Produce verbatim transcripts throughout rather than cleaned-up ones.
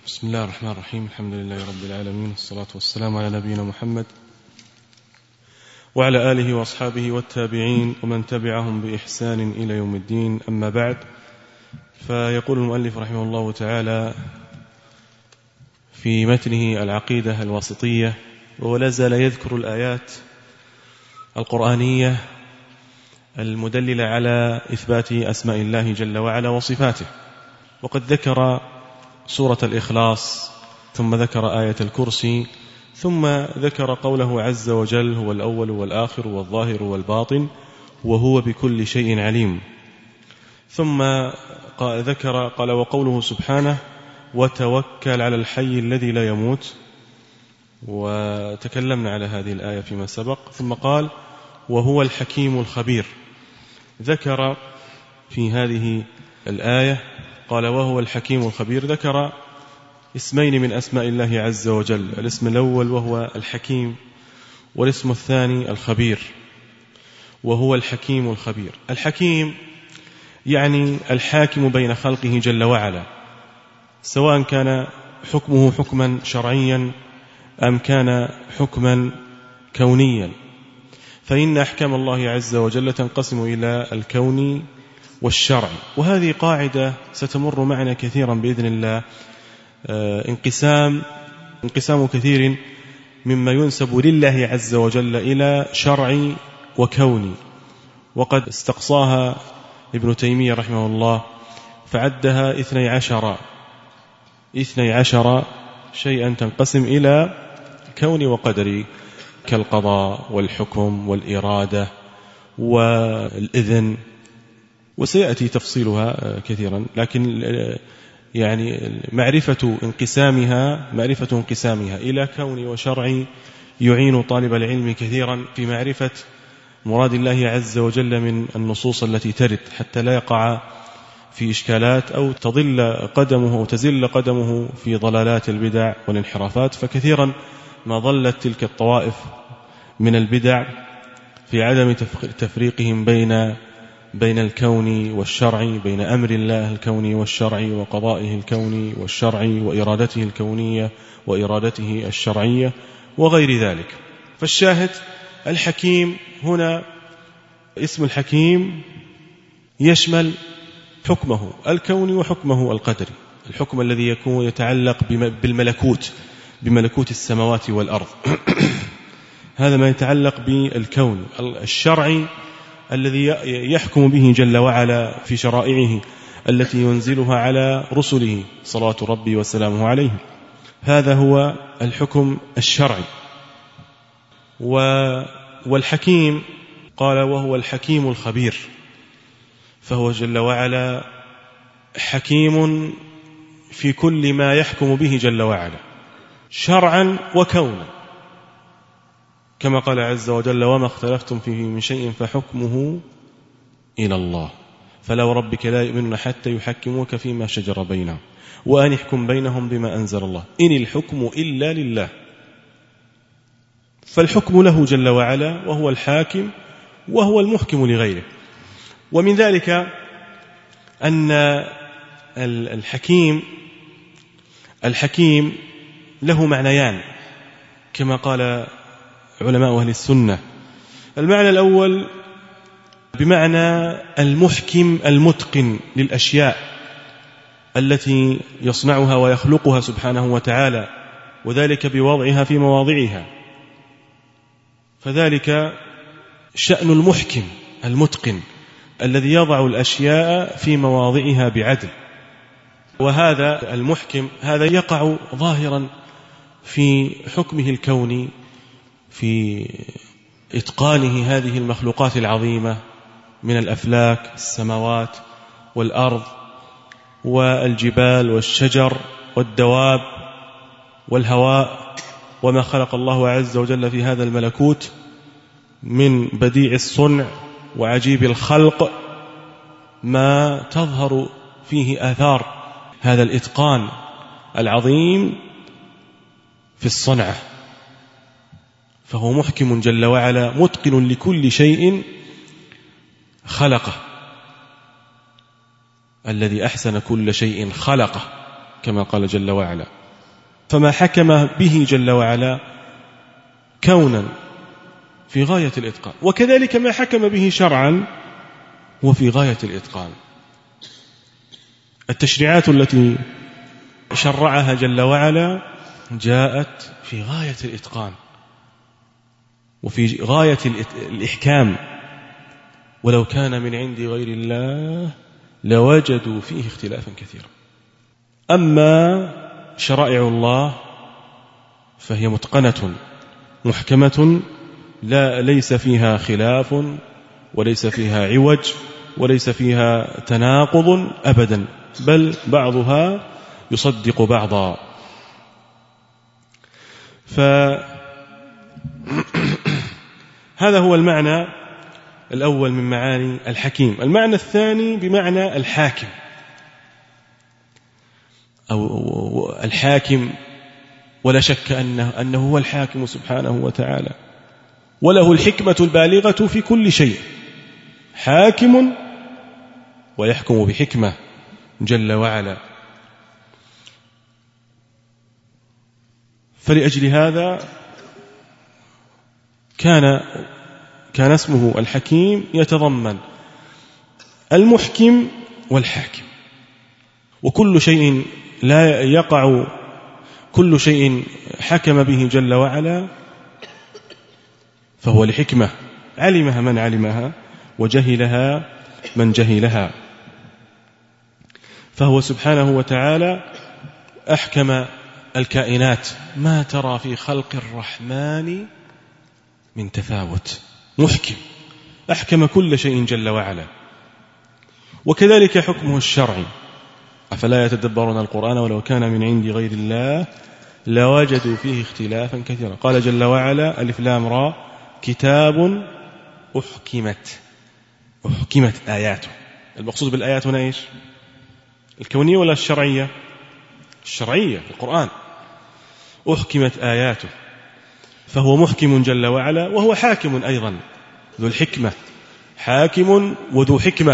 بسم الله الرحمن الرحيم. الحمد لله رب العالمين، والصلاة والسلام على نبينا محمد وعلى آله وأصحابه والتابعين ومن تبعهم بإحسان إلى يوم الدين. أما بعد، فيقول المؤلف رحمه الله تعالى في متنه العقيدة الواسطية، ولا زال يذكر الآيات القرآنية المدللة على إثبات أسماء الله جل وعلا وصفاته، وقد ذكر سورة الإخلاص، ثم ذكر آية الكرسي، ثم ذكر قوله عز وجل: هو الأول والآخر والظاهر والباطن وهو بكل شيء عليم. ثم ذكر قال: وقوله سبحانه: وتوكل على الحي الذي لا يموت، وتكلمنا على هذه الآية فيما سبق. ثم قال: وهو الحكيم الخبير. ذكر في هذه الآية قال: وهو الحكيم الخبير، ذكر اسمين من أسماء الله عز وجل، الاسم الأول وهو الحكيم، والاسم الثاني الخبير. وهو الحكيم الخبير. الحكيم يعني الحاكم بين خلقه جل وعلا، سواء كان حكمه حكما شرعيا أم كان حكما كونيا، فإن أحكام الله عز وجل تنقسم إلى الكوني والشرعي، وهذه قاعدة ستمر معنا كثيرا بإذن الله. انقسام انقسام كثير مما ينسب لله عز وجل إلى شرعي وكوني، وقد استقصاها ابن تيمية رحمه الله فعدها اثني عشر اثني عشر شيئا تنقسم إلى كوني وقدري، كالقضاء والحكم والإرادة والإذن، وسيأتي تفصيلها كثيرا، لكن يعني معرفة انقسامها معرفة انقسامها إلى كوني وشرعي يعين طالب العلم كثيرا في معرفة مراد الله عز وجل من النصوص التي ترد، حتى لا يقع في إشكالات أو تضل قدمه أو تزل قدمه في ضلالات البدع والانحرافات. فكثيرا ما ضلت تلك الطوائف من البدع في عدم تفريقهم بين بين الكوني والشرعي، بين أمر الله الكوني والشرعي وقضائه الكوني والشرعي وإرادته الكونية وإرادته الشرعية وغير ذلك. فالشاهد الحكيم هنا، اسم الحكيم يشمل حكمه الكوني وحكمه القدري، الحكم الذي يكون يتعلق بالملكوت بملكوت السماوات والأرض هذا ما يتعلق بالكون. الشرعي الذي يحكم به جل وعلا في شرائعه التي ينزلها على رسله صلوات ربي وسلامه عليه، هذا هو الحكم الشرعي. والحكيم قال: وهو الحكيم الخبير، فهو جل وعلا حكيم في كل ما يحكم به جل وعلا شرعا وكونا، كما قال عز وجل: وما اختلفتم فيه من شيء فحكمه إلى الله فلا وربك لا يؤمنون حتى يحكموك فيما شجر بينهم وأن يحكم بينهم بما أنزل الله إن الحكم إلا لله. فالحكم له جل وعلا، وهو الحاكم وهو المحكم لغيره. ومن ذلك أن الحكيم الحكيم له معنيان كما قال علماء أهل السنة. المعنى الأول بمعنى المحكم المتقن للأشياء التي يصنعها ويخلقها سبحانه وتعالى، وذلك بوضعها في مواضعها، فذلك شأن المحكم المتقن الذي يضع الأشياء في مواضعها بعدل. وهذا المحكم هذا يقع ظاهرا في حكمه الكوني، في إتقانه هذه المخلوقات العظيمة من الأفلاك، السماوات والأرض والجبال والشجر والدواب والهواء، وما خلق الله عز وجل في هذا الملكوت من بديع الصنع وعجيب الخلق، ما تظهر فيه آثار هذا الإتقان العظيم في الصنعة. فهو محكم جل وعلا متقن لكل شيء خلقه، الذي أحسن كل شيء خلقه كما قال جل وعلا. فما حكم به جل وعلا كونا في غاية الإتقان، وكذلك ما حكم به شرعا هو في غاية الإتقان. التشريعات التي شرعها جل وعلا جاءت في غاية الإتقان وفي غاية الإحكام، ولو كان من عند غير الله لوجدوا فيه اختلافا كثيرا. أما شرائع الله فهي متقنة محكمة، لا ليس فيها خلاف وليس فيها عوج وليس فيها تناقض أبدا، بل بعضها يصدق بعضا. فهذا هو المعنى الأول من معاني الحكيم. المعنى الثاني بمعنى الحاكم أو الحاكم، ولا شك أنه, أنه هو الحاكم سبحانه وتعالى، وله الحكمة البالغة في كل شيء، حاكم ويحكم بحكمة جل وعلا. فلأجل هذا كان كان اسمه الحكيم يتضمن المحكم والحاكم، وكل شيء لا يقع كل شيء حكم به جل وعلا فهو لحكمة علمها من علمها وجهلها من جهلها. فهو سبحانه وتعالى أحكم الكائنات، ما ترى في خلق الرحمن من تفاوت، محكم أحكم كل شيء جل وعلا. وكذلك حكمه الشرعي، أفلا يتدبرون القرآن ولو كان من عند غير الله لوجدوا فيه اختلافا كثيرا. قال جل وعلا ألف لام را كتاب أحكمت أحكمت آياته. المقصود بالآيات هنا إيش؟ الكونية ولا الشرعية؟ الشرعية، القرآن. أحكمت آياته، فهو محكم جل وعلا، وهو حاكم أيضا ذو الحكمة، حاكم وذو حكمة،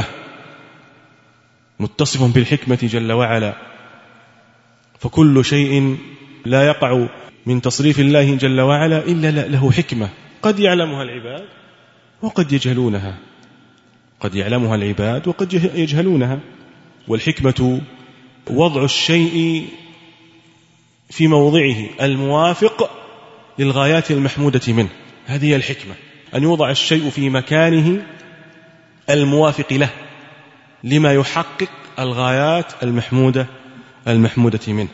متصف بالحكمة جل وعلا. فكل شيء لا يقع من تصريف الله جل وعلا إلا له حكمة، قد يعلمها العباد وقد يجهلونها، قد يعلمها العباد وقد يجهلونها. والحكمة وضع الشيء في موضعه الموافق للغايات المحمودة منه، هذه هي الحكمة، أن يوضع الشيء في مكانه الموافق له لما يحقق الغايات المحمودة المحمودة منه.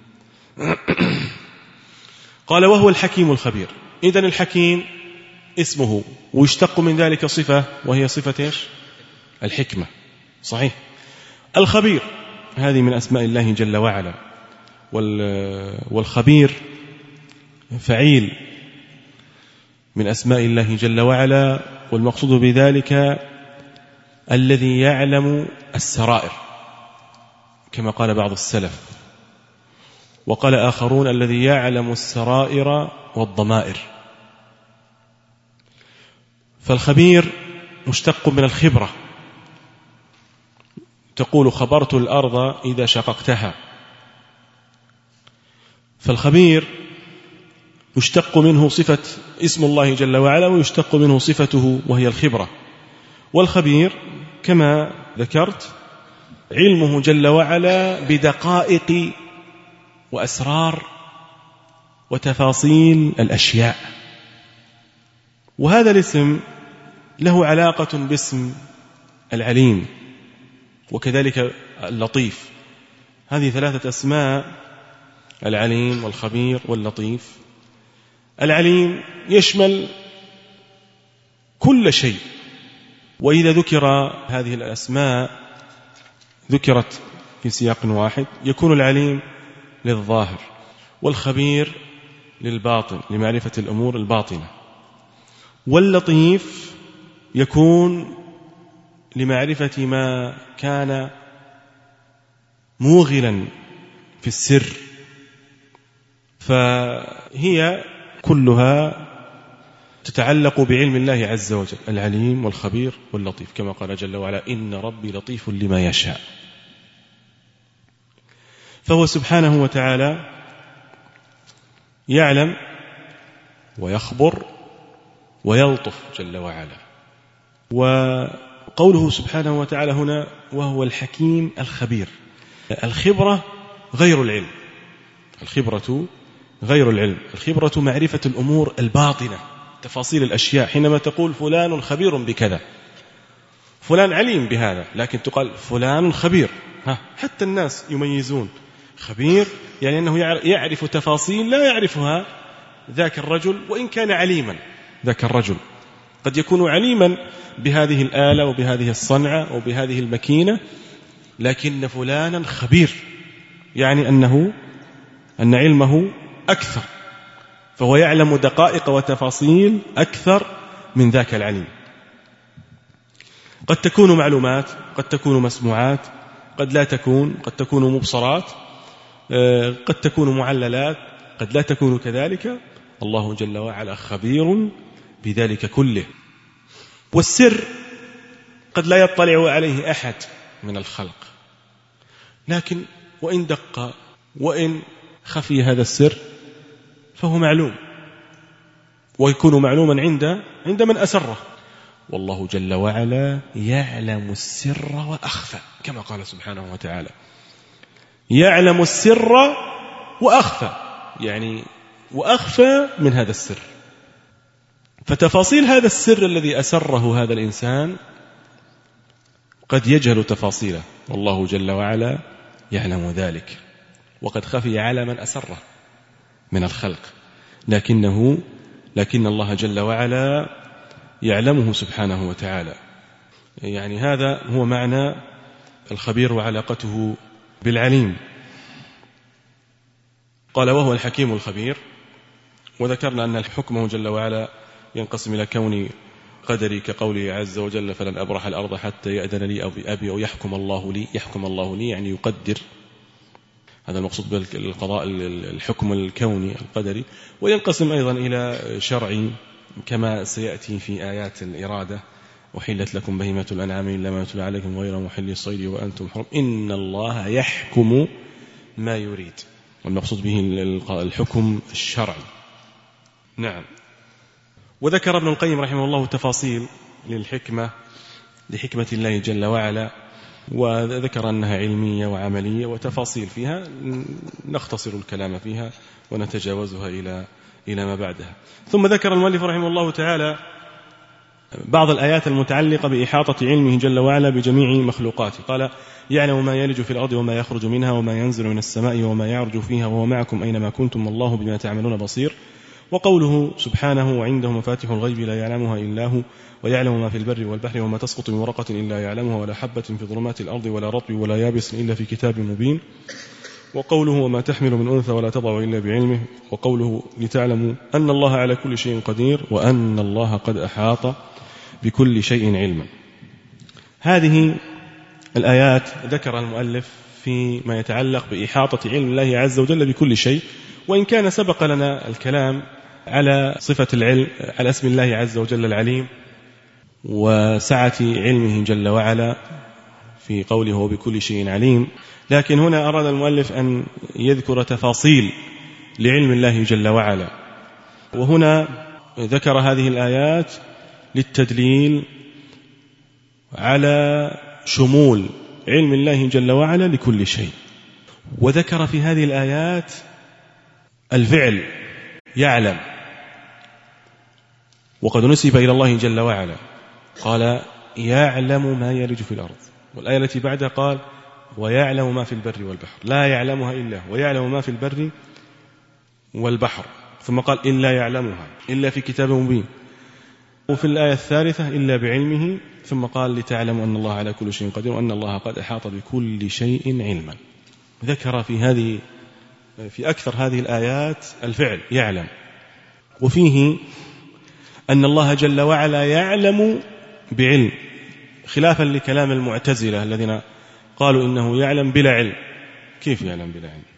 قال وهو الحكيم الخبير. إذن الحكيم اسمه ويشتق من ذلك صفة، وهي صفة إيش؟ الحكمة. صحيح. الخبير هذه من أسماء الله جل وعلا، والخبير فعيل من أسماء الله جل وعلا، والمقصود بذلك الذي يعلم السرائر كما قال بعض السلف، وقال آخرون الذي يعلم السرائر والضمائر. فالخبير مشتق من الخبرة، تقول خبرت الأرض إذا شققتها. فالخبير يشتق منه صفة اسم الله جل وعلا، ويشتق منه صفته وهي الخبرة. والخبير كما ذكرت علمه جل وعلا بدقائق وأسرار وتفاصيل الأشياء. وهذا الاسم له علاقة باسم العليم وكذلك اللطيف. هذه ثلاثة أسماء: العليم والخبير واللطيف. العليم يشمل كل شيء، وإذا ذكر هذه الأسماء ذكرت في سياق واحد يكون العليم للظاهر، والخبير للباطن لمعرفة الأمور الباطنة، واللطيف يكون لمعرفة ما كان موغلا في السر. فهي كلها تتعلق بعلم الله عز وجل، العليم والخبير واللطيف، كما قال جل وعلا إن ربي لطيف لما يشاء. فهو سبحانه وتعالى يعلم ويخبر ويلطف جل وعلا. وقوله سبحانه وتعالى هنا وهو الحكيم الخبير. الخبرة غير العلم، الخبرة غير العلم، الخبرة معرفة الأمور الباطنة، تفاصيل الأشياء. حينما تقول فلان خبير بكذا، فلان عليم بهذا، لكن تقال فلان خبير، ها حتى الناس يميزون. خبير يعني أنه يعرف تفاصيل لا يعرفها ذاك الرجل وإن كان عليما. ذاك الرجل قد يكون عليما بهذه الآلة وبهذه الصنعة وبهذه الماكينة، لكن فلانا خبير يعني أنه أن علمه أكثر، فهو يعلم دقائق وتفاصيل أكثر من ذاك العليم. قد تكون معلومات، قد تكون مسموعات، قد لا تكون، قد تكون مبصرات، قد تكون معللات، قد لا تكون كذلك. الله جل وعلا خبير بذلك كله. والسر قد لا يطلع عليه أحد من الخلق، لكن وإن دق وإن خفي هذا السر فهو معلوم، ويكون معلوما عند عند من أسره. والله جل وعلا يعلم السر وأخفى، كما قال سبحانه وتعالى يعلم السر وأخفى، يعني وأخفى من هذا السر. فتفاصيل هذا السر الذي أسره هذا الإنسان قد يجهل تفاصيله، والله جل وعلا يعلم ذلك، وقد خفي على من أسره من الخلق، لكنه لكن الله جل وعلا يعلمه سبحانه وتعالى. يعني هذا هو معنى الخبير وعلاقته بالعليم. قال وهو الحكيم الخبير. وذكرنا أن حكمه جل وعلا ينقسم إلى كون قدري كقوله عز وجل فلن أبرح الأرض حتى يأذن لي أو أبي أو يحكم الله لي. يحكم الله لي يعني يقدر، هذا المقصود بالقضاء الحكم الكوني القدري. وينقسم أيضا إلى شرعي كما سيأتي في آيات الإرادة وحلت لكم بهيمة الأنعام إلا ما يتلى عليكم غير محل الصيد وأنتم حرم إن الله يحكم ما يريد، والمقصود به الحكم الشرعي. نعم. وذكر ابن القيم رحمه الله تفاصيل للحكمة لحكمة الله جل وعلا، وذكر أنها علمية وعملية وتفاصيل فيها نختصر الكلام فيها ونتجاوزها إلى إلى ما بعدها. ثم ذكر المؤلف رحمه الله تعالى بعض الآيات المتعلقة بإحاطة علمه جل وعلا بجميع مخلوقاته. قال يعلم ما يلج في الأرض وما يخرج منها وما ينزل من السماء وما يعرج فيها وهو معكم أينما كنتم والله بما تعملون بصير. وقوله سبحانه وعنده مفاتح الغيب لا يعلمها إلا هو ويعلم ما في البر والبحر وما تسقط من ورقة إلا يعلمها ولا حبة في ظلمات الأرض ولا رطب ولا يابس إلا في كتاب مبين. وقوله وما تحمل من أنثى ولا تضع إلا بعلمه. وقوله لتعلموا أن الله على كل شيء قدير وأن الله قد أحاط بكل شيء علما. هذه الآيات ذكر المؤلف فيما يتعلق بإحاطة علم الله عز وجل بكل شيء، وإن كان سبق لنا الكلام على صفة العلم، على اسم الله عز وجل العليم وسعة علمه جل وعلا في قوله هو بكل شيء عليم. لكن هنا أراد المؤلف أن يذكر تفاصيل لعلم الله جل وعلا، وهنا ذكر هذه الآيات للتدليل على شمول علم الله جل وعلا لكل شيء. وذكر في هذه الآيات الفعل يعلم، وقد نسب إلى الله جل وعلا قال يعلم ما يلج في الأرض، والآية التي بعدها قال ويعلم ما في البر والبحر، لا يعلمها إلا هو، ويعلم ما في البر والبحر، ثم قال إلا يعلمها إلا في كتاب مبين. وفي الآية الثالثة إلا بعلمه، ثم قال لتعلموا أن الله على كل شيء قدير وأن الله قد أحاط بكل شيء علما. ذكر في هذه في أكثر هذه الآيات الفعل يعلم، وفيه أن الله جل وعلا يعلم بعلم، خلافا لكلام المعتزلة الذين قالوا إنه يعلم بلا علم. كيف يعلم بلا علم؟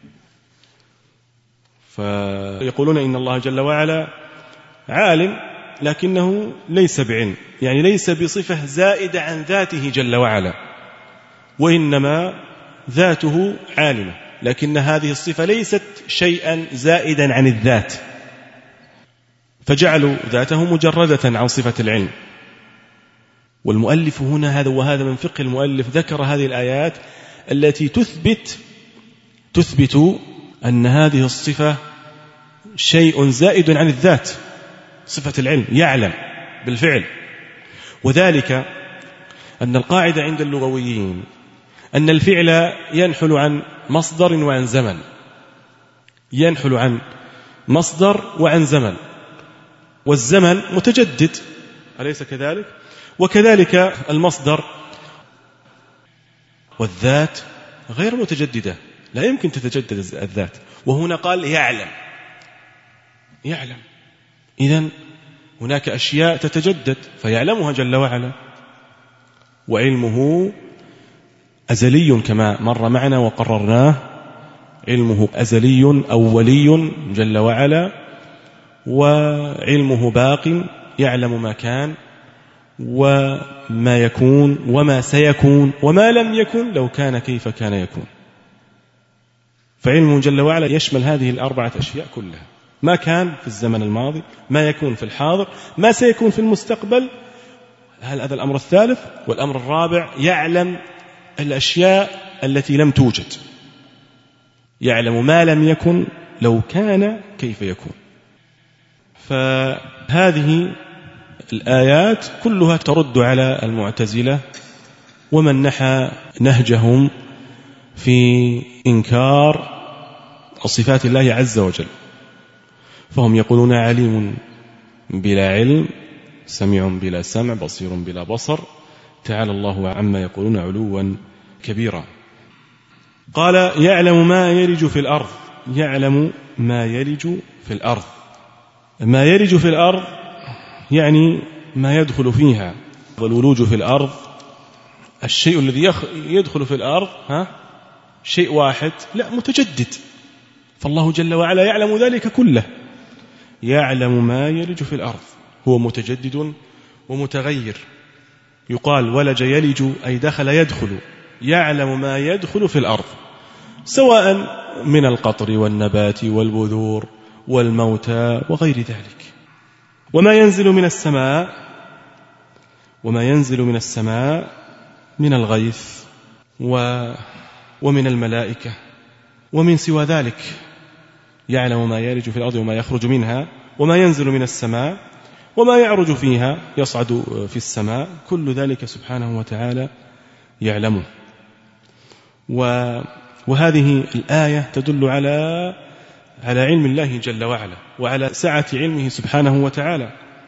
فيقولون إن الله جل وعلا عالم لكنه ليس بعلم، يعني ليس بصفة زائدة عن ذاته جل وعلا، وإنما ذاته عالمة لكن هذه الصفة ليست شيئا زائدا عن الذات، فجعلوا ذاته مجردة عن صفة العلم. والمؤلف هنا هذا وهذا من فقه المؤلف ذكر هذه الآيات التي تثبت تثبت أن هذه الصفة شيء زائد عن الذات، صفة العلم، يعلم بالفعل. وذلك أن القاعدة عند اللغويين أن الفعل ينحل عن مصدر وعن زمن، ينحل عن مصدر وعن زمن، والزمن متجدد، أليس كذلك؟ وكذلك المصدر، والذات غير متجددة، لا يمكن تتجدد الذات. وهنا قال يعلم، يعلم، إذن هناك أشياء تتجدد فيعلمها جل وعلا، وعلمه أزلي كما مر معنا وقررناه، علمه أزلي أولي جل وعلا، وعلمه باق، يعلم ما كان وما يكون وما سيكون وما لم يكن لو كان كيف كان يكون. فعلمه جل وعلا يشمل هذه الأربعة أشياء كلها، ما كان في الزمن الماضي، ما يكون في الحاضر، ما سيكون في المستقبل، هذا الأمر الثالث. والأمر الرابع يعلم الأشياء التي لم توجد، يعلم ما لم يكن لو كان كيف يكون. فهذه الآيات كلها ترد على المعتزلة ومن نحى نهجهم في إنكار صفات الله عز وجل، فهم يقولون عليم بلا علم، سميع بلا سمع، بصير بلا بصر، تعالى الله عما يقولون علوا كبيرا. قال يعلم ما يلج في الأرض، يعلم ما يلج في الأرض، ما يلج في الأرض يعني ما يدخل فيها. والولوج في الأرض الشيء الذي يدخل في الأرض ها شيء واحد لا متجدد، فالله جل وعلا يعلم ذلك كله، يعلم ما يلج في الأرض، هو متجدد ومتغير. يقال ولج يلج أي دخل يدخل، يعلم ما يدخل في الأرض سواء من القطر والنبات والبذور والموتى وغير ذلك. وما ينزل من السماء، وما ينزل من السماء من الغيث ومن الملائكة ومن سوى ذلك، يعلم ما يلج في الأرض وما يخرج منها، وما ينزل من السماء وما يعرج فيها، يصعد في السماء، كل ذلك سبحانه وتعالى يعلمه. وهذه الآية تدل على على علم الله جل وعلا وعلى سعة علمه سبحانه وتعالى،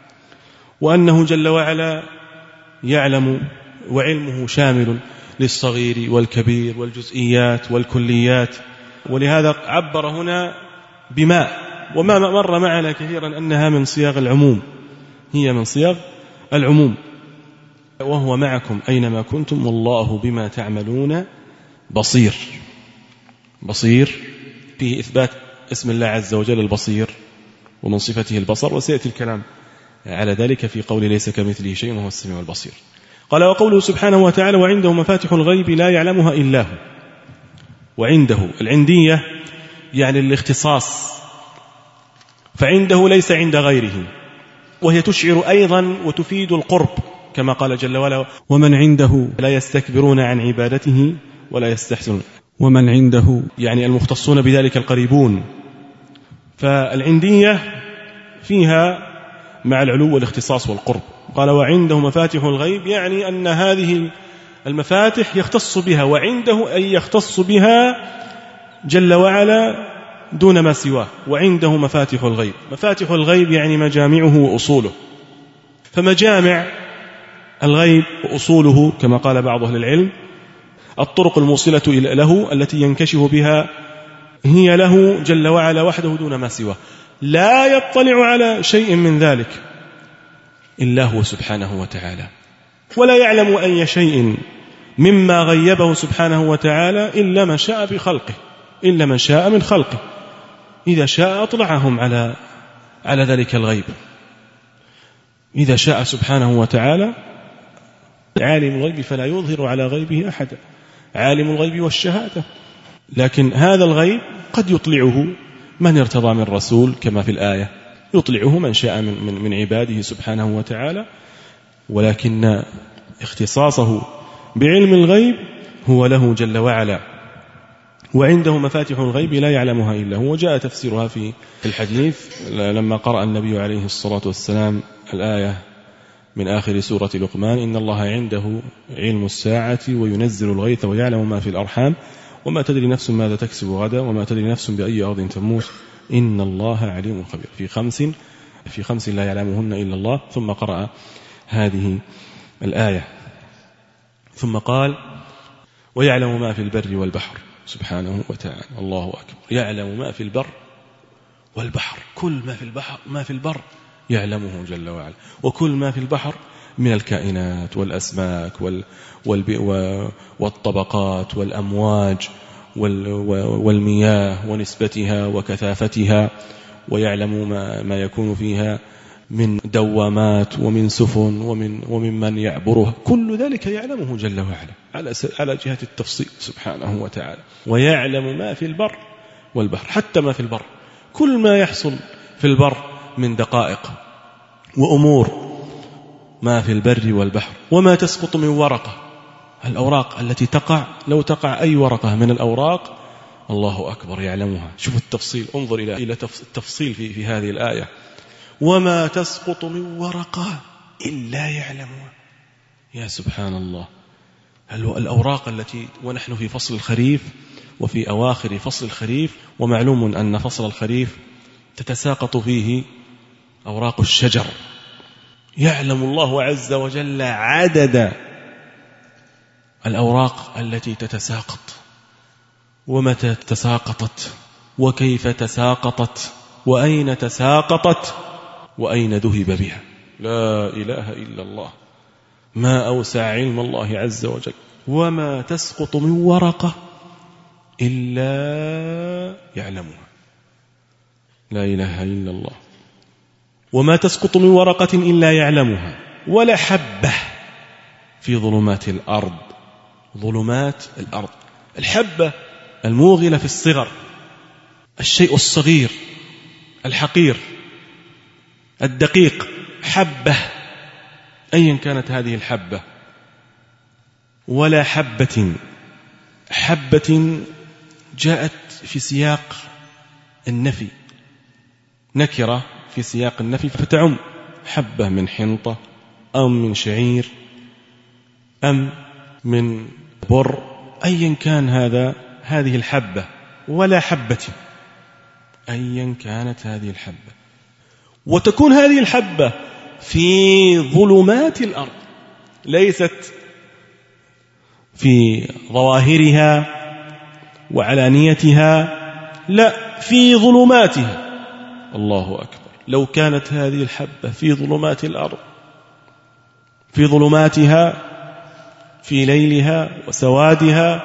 وأنه جل وعلا يعلم وعلمه شامل للصغير والكبير والجزئيات والكليات. ولهذا عبر هنا بما، وما مر معنا كثيرا أنها من صياغ العموم، هي من صياغ العموم. وهو معكم أينما كنتم والله بما تعملون بصير. بصير فيه إثبات اسم الله عز وجل البصير ومن صفته البصر، وسيأتي الكلام على ذلك في قول ليس كمثله شيء وهو السميع البصير. قال وقوله سبحانه وتعالى وعنده مفاتح الغيب لا يعلمها إلا هو. وعنده العندية يعني الاختصاص، فعنده ليس عند غيره، وهي تشعر أيضا وتفيد القرب كما قال جل وعلا ومن عنده لا يستكبرون عن عبادته ولا يستحسنون، ومن عنده يعني المختصون بذلك القريبون. فالعندية فيها مع العلو والاختصاص والقرب. قال وعنده مفاتح الغيب يعني أن هذه المفاتح يختص بها، وعنده أي يختص بها جل وعلا دون ما سواه. وعنده مفاتح الغيب، مفاتح الغيب يعني مجامعه وأصوله، فمجامع الغيب وأصوله كما قال بعض أهل العلم الطرق الموصلة له التي ينكشف بها هي له جل وعلا وحده دون ما سواه، لا يطلع على شيء من ذلك إلا هو سبحانه وتعالى، ولا يعلم أي شيء مما غيبه سبحانه وتعالى إلا من شاء بخلقه، إلا من شاء من خلقه، إذا شاء أطلعهم على على ذلك الغيب. إذا شاء سبحانه وتعالى عالم الغيب فلا يظهر على غيبه أحدا، عالم الغيب والشهادة لكن هذا الغيب قد يطلعه من ارتضى من رسول كما في الآية، يطلعه من شاء من, من, من عباده سبحانه وتعالى، ولكن اختصاصه بعلم الغيب هو له جل وعلا، وعنده مفاتيح الغيب لا يعلمها إلا هو. وجاء تفسيرها في الحديث لما قرأ النبي عليه الصلاة والسلام الآية من آخر سورة لقمان: إن الله عنده علم الساعة وينزل الغيث ويعلم ما في الأرحام وما تدري نفس ماذا تكسب غدا وما تدري نفس بأي أرض تموت إن الله عليم خبير، في خمس في خمس لا يعلمهن إلا الله. ثم قرأ هذه الآية ثم قال: ويعلم ما في البر والبحر سبحانه وتعالى. الله أكبر، يعلم ما في البر والبحر، كل ما في البحر ما في البر يعلمه جل وعلا، وكل ما في البحر من الكائنات والأسماك وال والطبقات والأمواج والمياه ونسبتها وكثافتها، ويعلم ما, ما يكون فيها من دوامات ومن سفن ومن ومن يعبرها، كل ذلك يعلمه جل وعلا على على جهة التفصيل سبحانه وتعالى. ويعلم ما في البر والبحر، حتى ما في البر، كل ما يحصل في البر من دقائق وأمور ما في البر والبحر. وما تسقط من ورقة، الأوراق التي تقع، لو تقع أي ورقة من الأوراق الله أكبر يعلمها. شوف التفصيل، انظر إلى إلى التفصيل في في هذه الآية: وما تسقط من ورقة إلا يعلمها. يا سبحان الله، الأوراق التي، ونحن في فصل الخريف وفي أواخر فصل الخريف، ومعلوم أن فصل الخريف تتساقط فيه أوراق الشجر، يعلم الله عز وجل عدد الأوراق التي تتساقط، ومتى تساقطت، وكيف تساقطت، وأين تساقطت، وأين ذهب بها. لا إله إلا الله، ما أوسع علم الله عز وجل. وما تسقط من ورقة إلا يعلمها، لا إله إلا الله. وما تسقط من ورقة إلا يعلمها، ولا حبة في ظلمات الأرض. ظلمات الأرض، الحبة الموغلة في الصغر، الشيء الصغير الحقير الدقيق، حبة أيا كانت هذه الحبة. ولا حبة، حبة جاءت في سياق النفي، نكرة في سياق النفي فتعم، حبة من حنطة أو من شعير أم من بر، أيا كان هذا هذه الحبة. ولا حبة أيا كانت هذه الحبة، وتكون هذه الحبة في ظلمات الأرض، ليست في ظواهرها وعلانيتها، لا، في ظلماتها. الله أكبر، لو كانت هذه الحبة في ظلمات الأرض، في ظلماتها، في ليلها وسوادها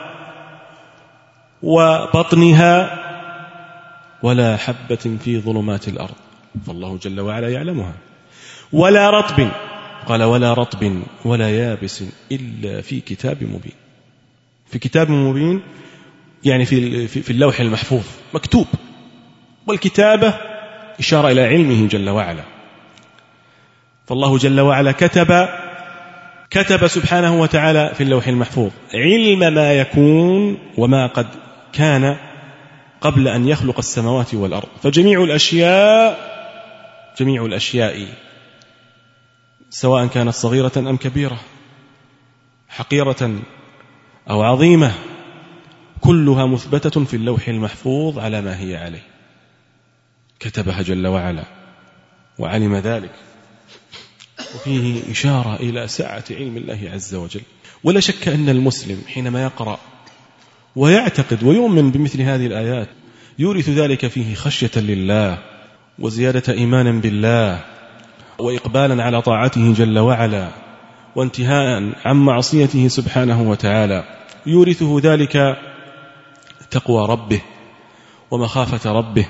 وبطنها، ولا حبة في ظلمات الأرض، فالله جل وعلا يعلمها. ولا رطب، قال ولا رطب ولا يابس إلا في كتاب مبين. في كتاب مبين يعني في في اللوح المحفوظ مكتوب، والكتابة إشارة إلى علمه جل وعلا. فالله جل وعلا كتب كتب سبحانه وتعالى في اللوح المحفوظ علم ما يكون وما قد كان قبل أن يخلق السماوات والأرض. فجميع الأشياء جميع الأشياء سواء كانت صغيرة أم كبيرة، حقيرة أو عظيمة، كلها مثبتة في اللوح المحفوظ على ما هي عليه، كتبها جل وعلا وعلم ذلك. وفيه إشارة إلى سعة علم الله عز وجل. ولا شك أن المسلم حينما يقرأ ويعتقد ويؤمن بمثل هذه الآيات يورث ذلك فيه خشية لله وزيادة إيمانا بالله وإقبالا على طاعته جل وعلا وانتهاء عن معصيته سبحانه وتعالى. يورثه ذلك تقوى ربه ومخافة ربه،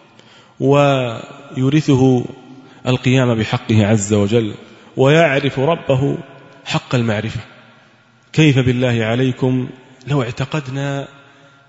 ويورثه القيام بحقه عز وجل، ويعرف ربه حق المعرفة. كيف بالله عليكم لو اعتقدنا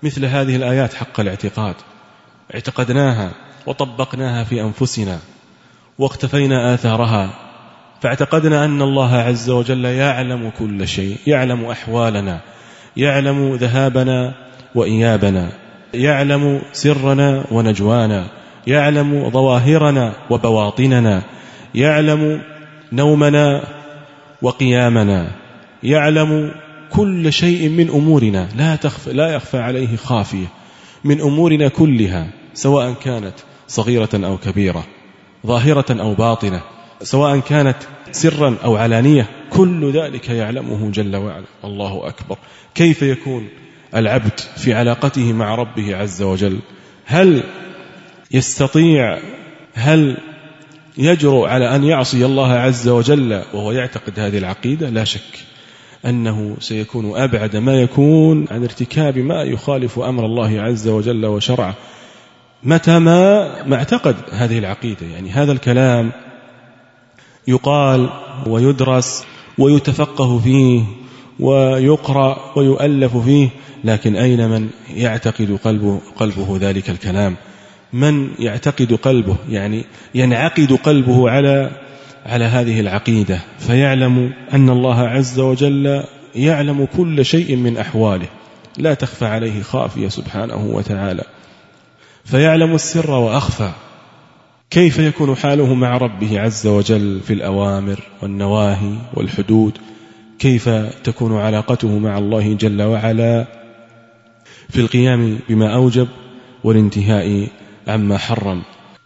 مثل هذه الآيات حق الاعتقاد، اعتقدناها وطبقناها في أنفسنا واقتفينا آثارها، فاعتقدنا أن الله عز وجل يعلم كل شيء، يعلم أحوالنا، يعلم ذهابنا وإيابنا، يعلم سرنا ونجوانا، يعلم ظواهرنا وبواطننا، يعلم نومنا وقيامنا، يعلم كل شيء من أمورنا، لا تخفى لا يخفى عليه خافية من أمورنا كلها، سواء كانت صغيرة أو كبيرة، ظاهرة أو باطنة، سواء كانت سرا أو علانية، كل ذلك يعلمه جل وعلا. الله أكبر. كيف يكون العبد في علاقته مع ربه عز وجل؟ هل يستطيع هل يجرؤ على أن يعصي الله عز وجل وهو يعتقد هذه العقيدة؟ لا شك أنه سيكون أبعد ما يكون عن ارتكاب ما يخالف أمر الله عز وجل وشرعه متى ما ما اعتقد هذه العقيدة. يعني هذا الكلام يقال ويدرس ويتفقه فيه ويقرأ ويؤلف فيه، لكن أين من يعتقد قلبه, قلبه ذلك الكلام؟ من يعتقد قلبه يعني ينعقد قلبه على على هذه العقيدة، فيعلم أن الله عز وجل يعلم كل شيء من أحواله، لا تخفى عليه خافية سبحانه وتعالى، فيعلم السر وأخفى. كيف يكون حاله مع ربه عز وجل في الأوامر والنواهي والحدود؟ كيف تكون علاقته مع الله جل وعلا في القيام بما أوجب والانتهاء عما حرم؟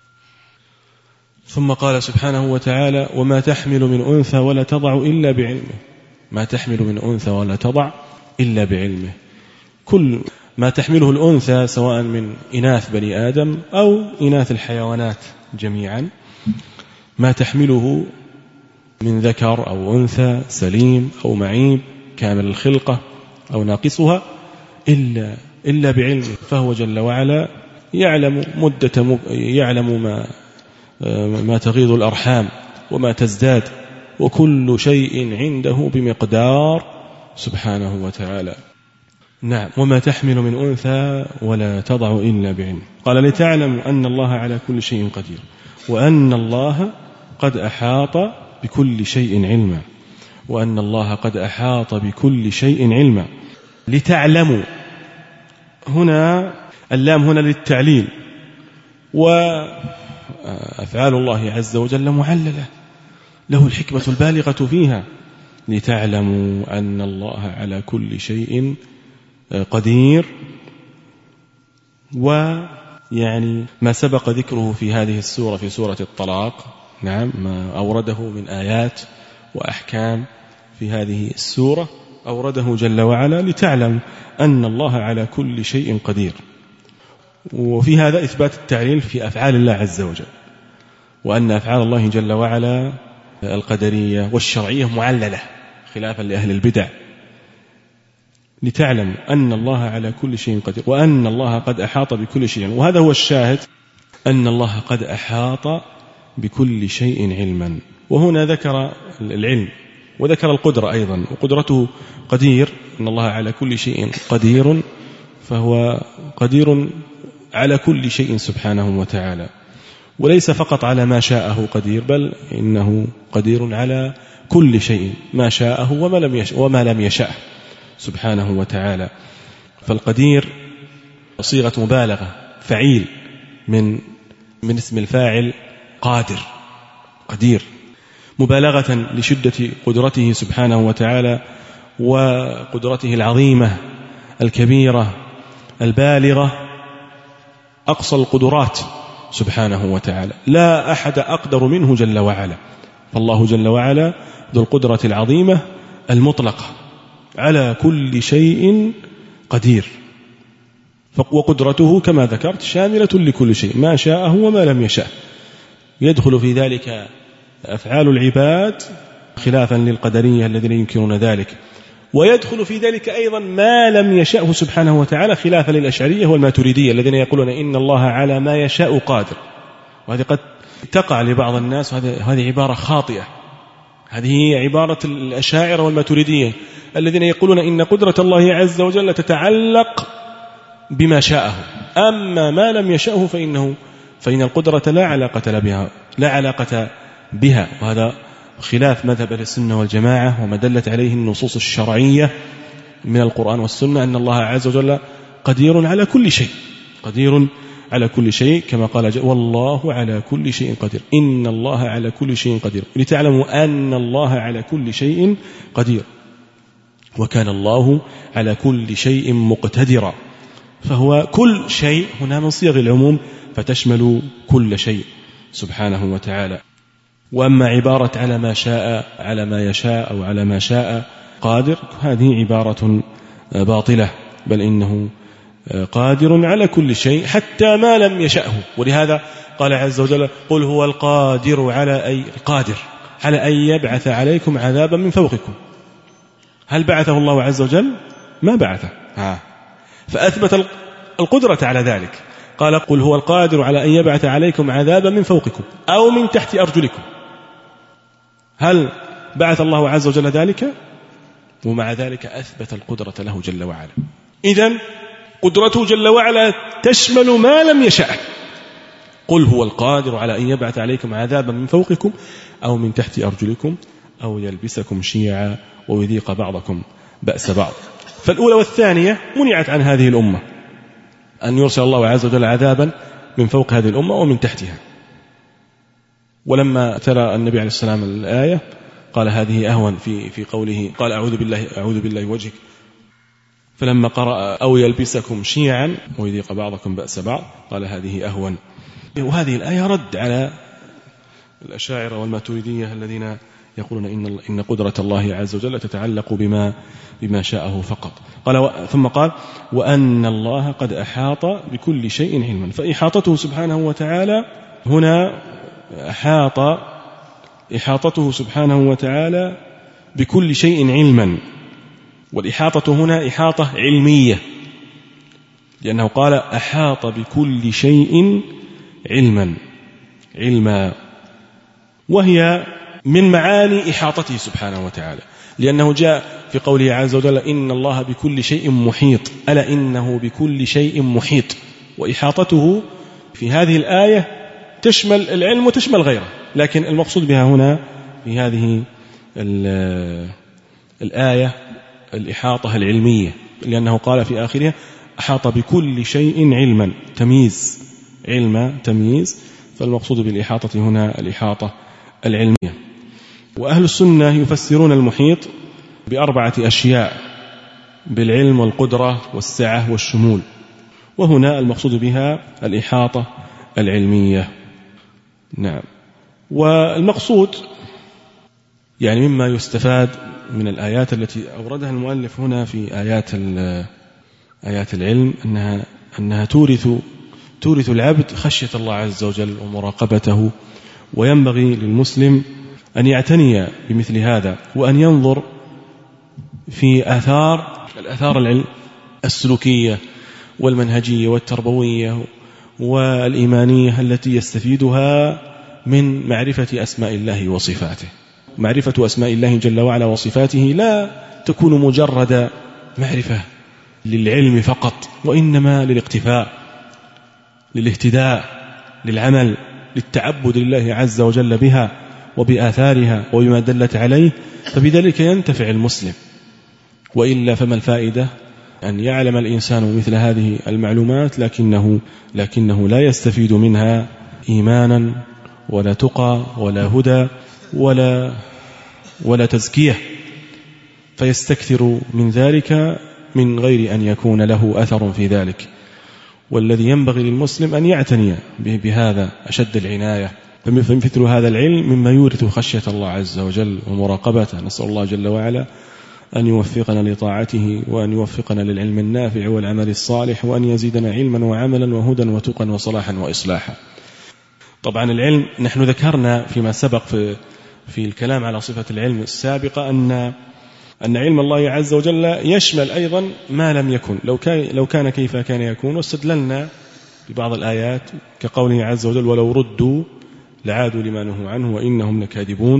ثم قال سبحانه وتعالى: وما تحمل من أنثى ولا تضع إلا بعلمه. ما تحمل من أنثى ولا تضع إلا بعلمه. كل ما تحمله الأنثى سواء من إناث بني آدم أو إناث الحيوانات جميعا، ما تحمله من ذكر أو أنثى سليم أو معيب كامل الخلقة أو ناقصها إلا, إلا بعلمه، فهو جل وعلا يعلم مدة يعلم ما ما تغيض الأرحام وما تزداد، وكل شيء عنده بمقدار سبحانه وتعالى. نعم. وما تحمل من أنثى ولا تضع إلا بعلم. قال: لتعلم أن الله على كل شيء قدير وأن الله قد أحاط بكل شيء علما. وأن الله قد أحاط بكل شيء علما. لتعلموا هنا اللام هنا للتعليل، وأفعال الله عز وجل معللة له الحكمة البالغة فيها. لتعلموا أن الله على كل شيء قدير، ويعني ما سبق ذكره في هذه السورة في سورة الطلاق، نعم، ما أورده من آيات وأحكام في هذه السورة أورده جل وعلا لتعلم أن الله على كل شيء قدير. وفي هذا إثبات التعليل في أفعال الله عز وجل، وأن أفعال الله جل وعلا القدرية والشرعية معللة خلافا لأهل البدع. لتعلم أن الله على كل شيء قدير وأن الله قد أحاط بكل شيء، وهذا هو الشاهد، أن الله قد أحاط بكل شيء علما. وهنا ذكر العلم وذكر القدرة أيضا، وقدرته قدير، أن الله على كل شيء قدير، فهو قدير على كل شيء سبحانه وتعالى، وليس فقط على ما شاءه قدير، بل إنه قدير على كل شيء ما شاءه وما لم يشاء وما لم يشاء سبحانه وتعالى. فالقدير صيغة مبالغة، فعيل من من اسم الفاعل قادر، قدير، مبالغة لشدة قدرته سبحانه وتعالى وقدرته العظيمة الكبيرة البالغة، أقصى القدرات سبحانه وتعالى، لا أحد أقدر منه جل وعلا. فالله جل وعلا ذو القدرة العظيمة المطلقة على كل شيء قدير، وقدرته كما ذكرت شاملة لكل شيء ما شاءه وما لم يشاء. يدخل في ذلك أفعال العباد خلافا للقدرية الذين ينكرون ذلك، ويدخل في ذلك أيضا ما لم يشاءه سبحانه وتعالى خلافا للأشعرية والماتريدية الذين يقولون إن الله على ما يشاء قادر. وهذه قد تقع لبعض الناس، وهذه عبارة خاطئة. هذه هي عبارة الأشاعرة والماتريدية الذين يقولون إن قدرة الله عز وجل تتعلق بما شاءه. أما ما لم يشأه فإنه فإن القدرة لا علاقة بها لا علاقة بها وهذا خلاف مذهب أهل السنة والجماعة، وما دلت عليه النصوص الشرعية من القرآن والسنة أن الله عز وجل قدير على كل شيء، قدير على كل شيء، كما قال جل والله على كل شيء قدير، إن الله على كل شيء قدير، لتعلموا أن الله على كل شيء قدير، وكان الله على كل شيء مقتدرا. فهو كل شيء هنا من صيغ العموم فتشمل كل شيء سبحانه وتعالى. وأما عبارة على ما شاء على ما يشاء أو على ما شاء قادر، هذه عبارة باطلة، بل إنه قادر على كل شيء حتى ما لم يشأه. ولهذا قال عز وجل قل هو القادر على أي القادر على أن يبعث عليكم عذابا من فوقكم. هل بعثه الله عز وجل؟ ما بعثه، ها. فأثبت القدرة على ذلك، قال قل هو القادر على أن يبعث عليكم عذابا من فوقكم أو من تحت أرجلكم. هل بعث الله عز وجل ذلك؟ ومع ذلك أثبت القدرة له جل وعلا. إذن قدرته جل وعلا تشمل ما لم يشأ. قل هو القادر على أن يبعث عليكم عذابا من فوقكم أو من تحت أرجلكم أو يلبسكم شيعا ويذيق بعضكم بأس بعض. فالأولى والثانية منعت عن هذه الأمة أن يرسل الله عز وجل عذابا من فوق هذه الأمة ومن تحتها. ولما ترى النبي عليه السلام الآية قال هذه أهون في في قوله قال أعوذ بالله أعوذ بالله وجهك، فلما قرأ أو يلبسكم شيعا ويذيق بعضكم بأس بعض قال هذه أهون. وهذه الآية رد على الأشاعرة والماتريدية الذين يقولون إن إن قدرة الله عز وجل تتعلق بما بما شاءه فقط. قال ثم قال وأن الله قد أحاط بكل شيء علما. فإحاطته سبحانه وتعالى هنا أحاط إحاطته سبحانه وتعالى بكل شيء علما، والإحاطة هنا إحاطة علمية، لأنه قال أحاط بكل شيء علما علما وهي من معاني إحاطته سبحانه وتعالى، لأنه جاء في قوله عز وجل إن الله بكل شيء محيط، ألا إنه بكل شيء محيط. وإحاطته في هذه الآية تشمل العلم وتشمل غيره، لكن المقصود بها هنا في هذه الآية الإحاطة العلمية، لأنه قال في آخرها أحاط بكل شيء علما، تمييز علم تمييز، فالمقصود بالإحاطة هنا الإحاطة العلمية. وأهل السنة يفسرون المحيط بأربعة أشياء: بالعلم والقدرة والسعة والشمول، وهنا المقصود بها الإحاطة العلمية. نعم. والمقصود يعني مما يستفاد من الآيات التي أوردها المؤلف هنا في آيات آيات العلم أنها أنها تورث تورث العبد خشية الله عز وجل ومراقبته، وينبغي للمسلم أن يعتني بمثل هذا، وأن ينظر في آثار الآثار العلم السلوكية والمنهجية والتربوية والإيمانية التي يستفيدها من معرفة أسماء الله وصفاته. معرفة أسماء الله جل وعلا وصفاته لا تكون مجرد معرفة للعلم فقط، وإنما للاقتفاء، للاهتداء، للعمل، للتعبد لله عز وجل بها وبآثارها وبما دلت عليه، فبذلك ينتفع المسلم. وإلا فما الفائدة أن يعلم الإنسان مثل هذه المعلومات لكنه لكنه لا يستفيد منها إيمانا ولا تقى ولا هدى ولا ولا تزكية، فيستكثر من ذلك من غير أن يكون له أثر في ذلك. والذي ينبغي للمسلم أن يعتني بهذا أشد العناية، فمثل هذا العلم مما يورث خشية الله عز وجل ومراقبته. نسأل الله جل وعلا أن يوفقنا لطاعته، وأن يوفقنا للعلم النافع والعمل الصالح، وأن يزيدنا علما وعملا وهدى وتقا وصلاحا وإصلاحا. طبعا العلم نحن ذكرنا فيما سبق في, في الكلام على صفة العلم السابقة أن أن علم الله عز وجل يشمل أيضا ما لم يكن، لو كان, لو كان كيف كان يكون. واستدللنا ببعض الآيات كقوله عز وجل ولو ردوا لعادوا لما نهوا عنه وإنهم لكاذبون،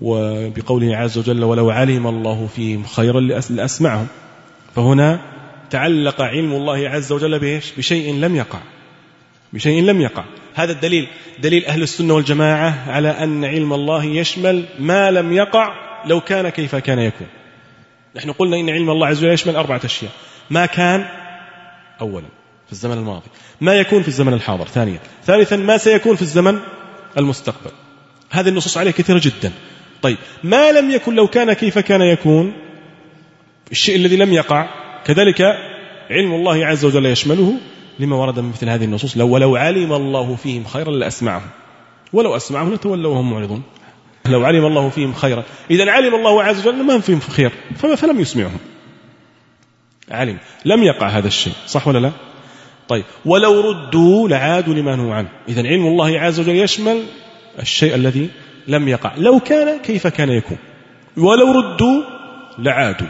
وبقوله عز وجل ولو علم الله فيهم خيرا لأسمعهم. فهنا تعلق علم الله عز وجل بإيش؟ بشيء لم يقع، بشيء لم يقع. هذا الدليل دليل أهل السنة والجماعة على أن علم الله يشمل ما لم يقع لو كان كيف كان يكون. نحن قلنا إن علم الله عز وجل يشمل أربعة أشياء: ما كان أولا في الزمن الماضي، ما يكون في الزمن الحاضر ثانيا، ثالثا ما سيكون في الزمن المستقبل. هذه النصوص عليه كثيرة جدا. طيب ما لم يكن لو كان كيف كان يكون، الشيء الذي لم يقع كذلك علم الله عز وجل يشمله، لما ورد من مثل هذه النصوص: لو ولو علم الله فيهم خيرا لأسمعهم ولو أسمعهم لتولوا وهم معرضون. لو علم الله فيهم خيرا، إذن علم الله عز وجل ما فيهم خير فلم يسمعهم، علم لم يقع هذا الشيء، صح ولا لا؟ طيب ولو ردوا لعادوا لما نهوا عنه، إذن علم الله عز وجل يشمل الشيء الذي لم يقع لو كان كيف كان يكون. ولو ردوا لعادوا،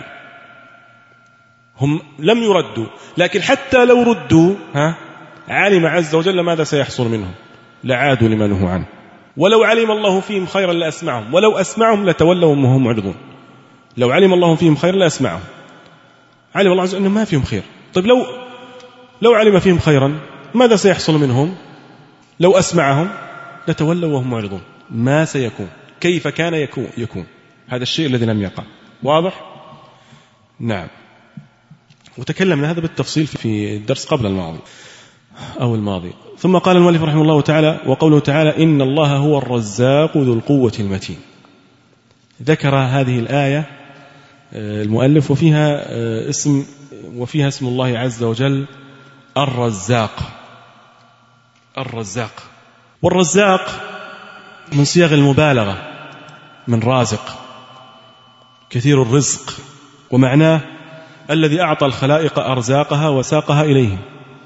هم لم يردوا، لكن حتى لو ردوا ها علم عز وجل ماذا سيحصل منهم، لعادوا لما نهوا عنه. ولو علم الله فيهم خيرا لأسمعهم ولو أسمعهم لتولوا وهم معرضون. لو علم الله فيهم خيرا لأسمعهم، علم الله عز وجل أنه ما فيهم خير. طيب لو لو علم فيهم خيرا ماذا سيحصل منهم؟ لو أسمعهم لتولوا وهم معرضون. ما سيكون كيف كان يكون, يكون. هذا الشيء الذي لم يقع. واضح؟ نعم. وتكلمنا هذا بالتفصيل في الدرس قبل الماضي أو الماضي. ثم قال المؤلف رحمه الله تعالى: وقوله تعالى: إن الله هو الرزاق ذو القوة المتين. ذكر هذه الآية المؤلف وفيها اسم وفيها اسم الله عز وجل الرزاق. الرزاق والرزاق من صيغ المبالغة من رازق، كثير الرزق، ومعناه الذي أعطى الخلائق أرزاقها وساقها إليهم،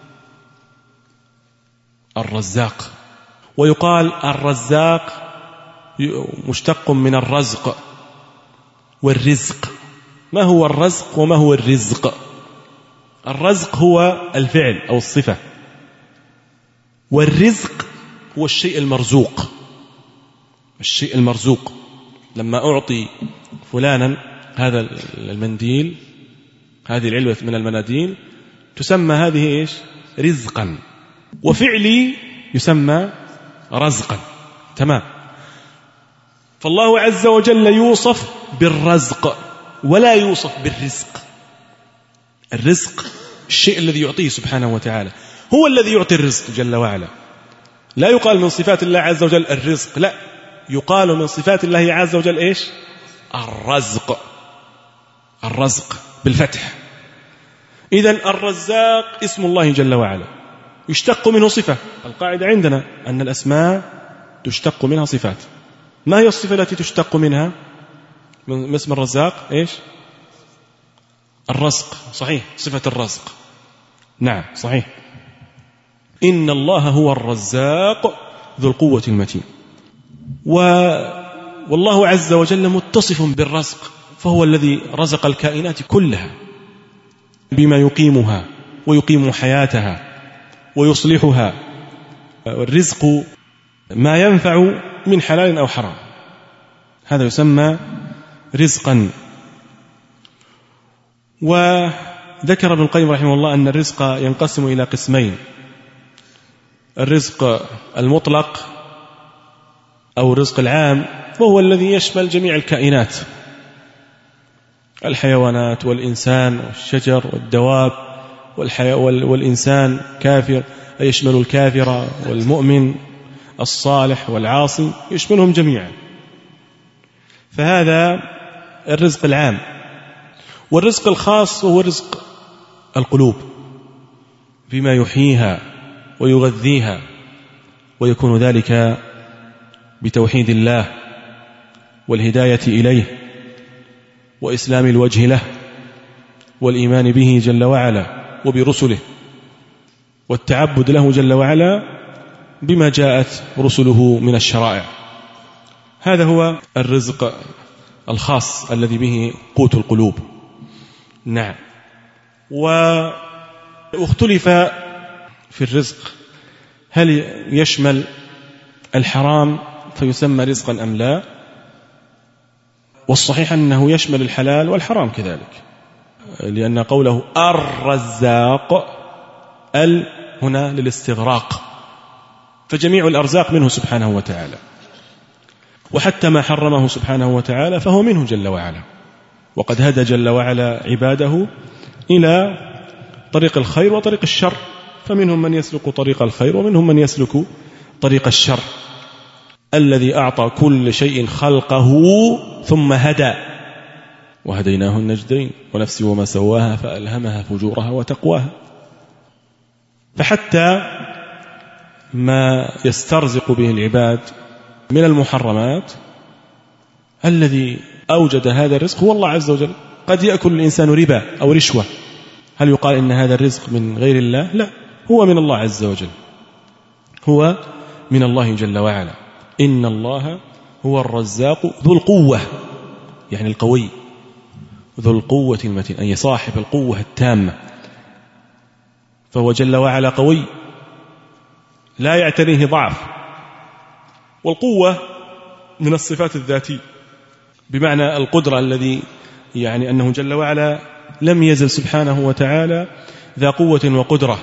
الرزاق. ويقال الرزاق مشتق من الرزق والرزق. ما هو الرزق وما هو الرزق؟ الرزق هو الفعل أو الصفة، والرزق هو الشيء المرزوق. الشيء المرزوق لما أعطي فلانا هذا المنديل، هذه العلبة من المناديل، تسمى هذه إيش؟ رزقا. وفعلي يسمى رزقا. تمام. فالله عز وجل يوصف بالرزق ولا يوصف بالرزق. الرزق الشيء الذي يعطيه سبحانه وتعالى، هو الذي يعطي الرزق جل وعلا. لا يقال من صفات الله عز وجل الرزق، لا، يقال من صفات الله عز وجل إيش؟ الرزق. الرزق بالفتح. إذن الرزاق اسم الله جل وعلا، يشتق منه صفة. القاعدة عندنا أن الأسماء تشتق منها صفات. ما هي الصفة التي تشتق منها من اسم الرزاق؟ إيش؟ الرزق. صحيح، صفة الرزق. نعم صحيح. إن الله هو الرزاق ذو القوة المتين. و... والله عز وجل متصف بالرزق، فهو الذي رزق الكائنات كلها بما يقيمها ويقيم حياتها ويصلحها. والرزق ما ينفع من حلال أو حرام، هذا يسمى رزقا. وذكر ابن القيم رحمه الله أن الرزق ينقسم إلى قسمين: الرزق المطلق أو الرزق العام، وهو الذي يشمل جميع الكائنات، الحيوانات والإنسان والشجر والدواب والإنسان كافر، يشمل الكافر والمؤمن الصالح والعاصي، يشملهم جميعا. فهذا الرزق العام. والرزق الخاص هو رزق القلوب بما يحييها ويغذيها، ويكون ذلك بتوحيد الله والهداية إليه وإسلام الوجه له والإيمان به جل وعلا وبرسله والتعبد له جل وعلا بما جاءت رسله من الشرائع. هذا هو الرزق الخاص الذي به قوت القلوب. نعم. واختلف في الرزق هل يشمل الحرام فيسمى رزقا أم لا؟ والصحيح أنه يشمل الحلال والحرام كذلك. لأن قوله الرزاق ال هنا للاستغراق، فجميع الأرزاق منه سبحانه وتعالى، وحتى ما حرمه سبحانه وتعالى فهو منه جل وعلا. وقد هدى جل وعلا عباده إلى طريق الخير وطريق الشر، فمنهم من يسلك طريق الخير ومنهم من يسلك طريق الشر. الذي أعطى كل شيء خلقه ثم هدى، وهديناه النجدين، ونفس وما سواها فألهمها فجورها وتقواها. فحتى ما يسترزق به العباد من المحرمات الذي أوجد هذا الرزق هو الله عز وجل. قد يأكل الإنسان ربا أو رشوة، هل يقال إن هذا الرزق من غير الله؟ لا، هو من الله عز وجل، هو من الله جل وعلا. إن الله هو الرزاق ذو القوة، يعني القوي، ذو القوة المتين، أي صاحب القوة التامة، فهو جل وعلا قوي لا يعتريه ضعف. والقوة من الصفات الذاتية، بمعنى القدرة، الذي يعني أنه جل وعلا لم يزل سبحانه وتعالى ذا قوة وقدرة،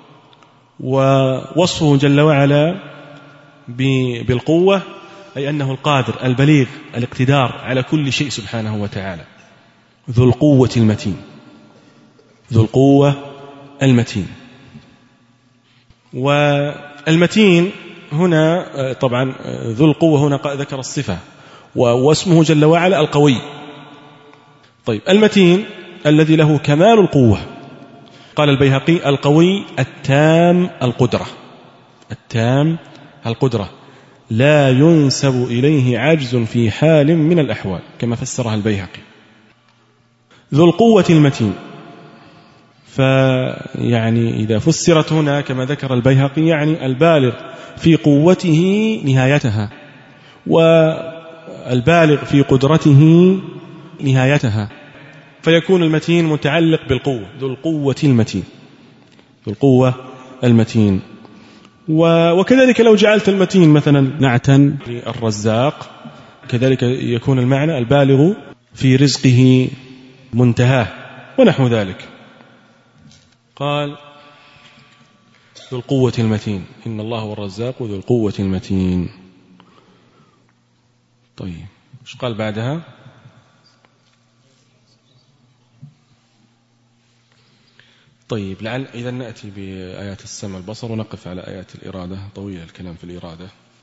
ووصفه جل وعلا بالقوة أي أنه القادر البليغ الاقتدار على كل شيء سبحانه وتعالى، ذو القوة المتين، ذو القوة المتين. والمتين هنا طبعا ذو القوة هنا ذكر الصفة، واسمه جل وعلا القوي. طيب، المتين الذي له كمال القوة، قال البيهقي القوي التام القدرة، التام القدرة لا ينسب إليه عجز في حال من الأحوال، كما فسرها البيهقي. ذو القوة المتين، فيعني إذا فسرت هنا كما ذكر البيهقي يعني البالغ في قوته نهايتها، والبالغ في قدرته نهايتها، فيكون المتين متعلق بالقوة، ذو القوة المتين، ذو القوة المتين. وكذلك لو جعلت المتين مثلا نعتا للرزاق، كذلك يكون المعنى البالغ في رزقه منتهاه ونحو ذلك. قال ذو القوة المتين، إن الله هو الرزاق ذو القوة المتين. طيب، ايش قال بعدها؟ طيب، لعل إذا نأتي بآيات السمع البصر ونقف على آيات الإرادة، طويل الكلام في الإرادة.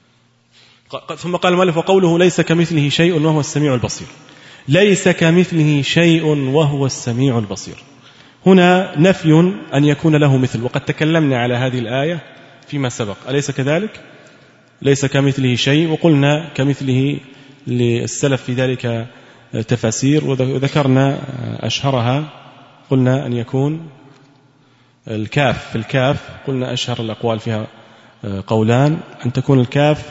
ثم قال المؤلف وقوله ليس كمثله شيء وهو السميع البصير. ليس كمثله شيء وهو السميع البصير، هنا نفي أن يكون له مثل، وقد تكلمنا على هذه الآية فيما سبق، أليس كذلك؟ ليس كمثله شيء، وقلنا كمثله للسلف في ذلك تفاسير، وذكرنا أشهرها، قلنا أن يكون الكاف، في الكاف قلنا أشهر الأقوال فيها قولان، أن تكون الكاف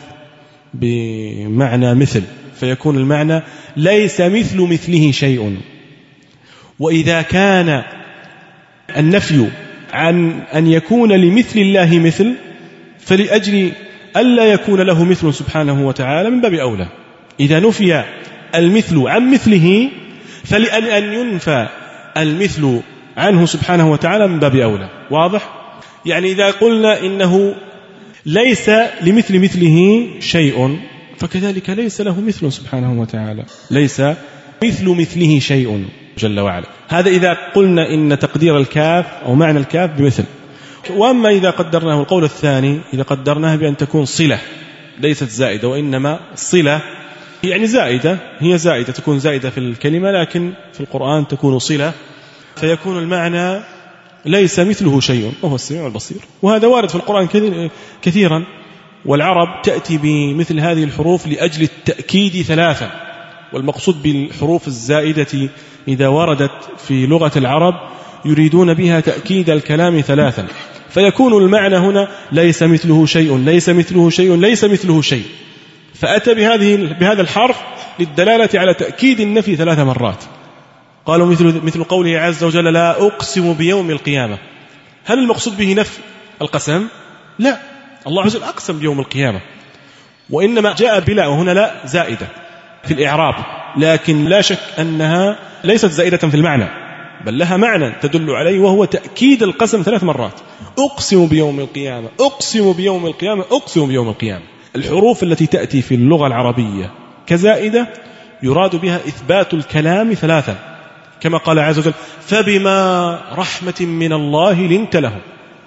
بمعنى مثل، فيكون المعنى ليس مثل مثله شيء. وإذا كان النفي عن أن يكون لمثل الله مثل، فلأجل ألا يكون له مثل سبحانه وتعالى من باب أولى. إذا نفي المثل عن مثله، فلأن أن ينفى المثل عنه سبحانه وتعالى من باب أولى. واضح؟ يعني إذا قلنا إنه ليس لمثل مثله شيء، فكذلك ليس له مثل سبحانه وتعالى، ليس مثل مثله شيء جل وعلا. هذا إذا قلنا إن تقدير الكاف أو معنى الكاف بمثل. وأما إذا قدرناه القول الثاني، إذا قدرناه بأن تكون صلة ليست زائدة، وإنما صلة يعني زائدة، هي زائدة، تكون زائدة في الكلمة، لكن في القرآن تكون صلة، فيكون المعنى ليس مثله شيء وهو السميع البصير. وهذا وارد في القرآن كثيرا، والعرب تأتي بمثل هذه الحروف لأجل التأكيد ثلاثا. والمقصود بالحروف الزائدة إذا وردت في لغة العرب يريدون بها تأكيد الكلام ثلاثا، فيكون المعنى هنا ليس مثله شيء، ليس مثله شيء، ليس مثله شيء، فأتى بهذه بهذا الحرف للدلالة على تأكيد النفي ثلاث مرات. قالوا مثل مثل قوله عز وجل لا أقسم بيوم القيامة. هل المقصود به نفي القسم؟ لا، الله عز وجل أقسم بيوم القيامة، وإنما جاء بلا، وهنا لا زائدة في الإعراب، لكن لا شك أنها ليست زائدة في المعنى، بل لها معنى تدل عليه، وهو تأكيد القسم ثلاث مرات. أقسم بيوم القيامة، أقسم بيوم القيامة، أقسم بيوم القيامة. الحروف التي تأتي في اللغة العربية كزائدة يراد بها إثبات الكلام ثلاثا، كما قال عز وجل: فبما رحمة من الله لنت لهم.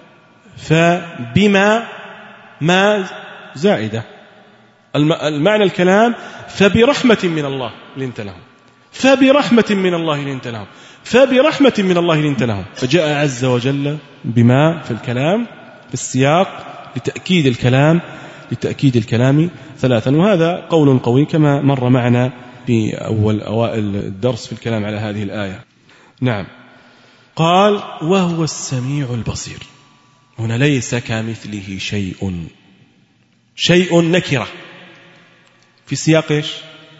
فبما ما زائدة، المعنى الكلام فبرحمة من الله لنت لهم، فبرحمة من الله لنت لهم، فبرحمة من الله لنت لهم. فجاء عز وجل بما في الكلام في السياق لتأكيد الكلام لتأكيد الكلام ثلاثا. وهذا قول قوي كما مر معنا في أول أوائل الدرس في الكلام على هذه الآية. نعم. قال: وهو السميع البصير. هنا ليس كمثله شيء. شيء نكرة في سياق إيش؟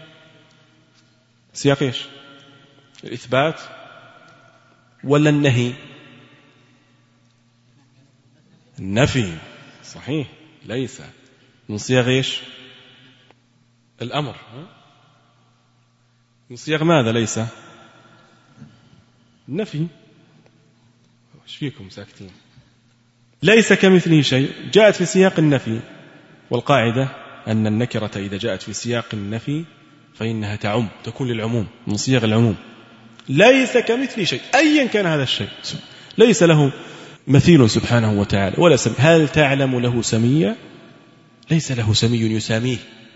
سياق إيش؟ الإثبات ولا النهي؟ النفي. صحيح، ليس من صياغ إيش؟ الأمر. من صياغ ماذا ليس؟ النفي. ايش فيكم ساكتين؟ ليس كمثله شيء جاءت في سياق النفي، والقاعدة أن النكرة إذا جاءت في سياق النفي فإنها تعم، تكون للعموم، من صيغ العموم. ليس كمثله شيء، أيا كان هذا الشيء، ليس له مثيل سبحانه وتعالى ولا سمي. هل تعلم له سميا؟ ليس له سمي يساميه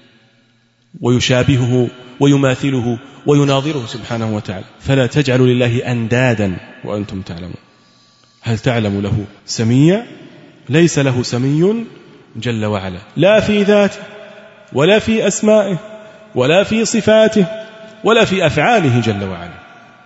ويشابهه ويماثله ويناظره سبحانه وتعالى، فلا تجعلوا لله أندادا وأنتم تعلمون. هل تعلم له سميا؟ ليس له سمي جل وعلا، لا في ذاته ولا في أسمائه ولا في صفاته ولا في أفعاله جل وعلا.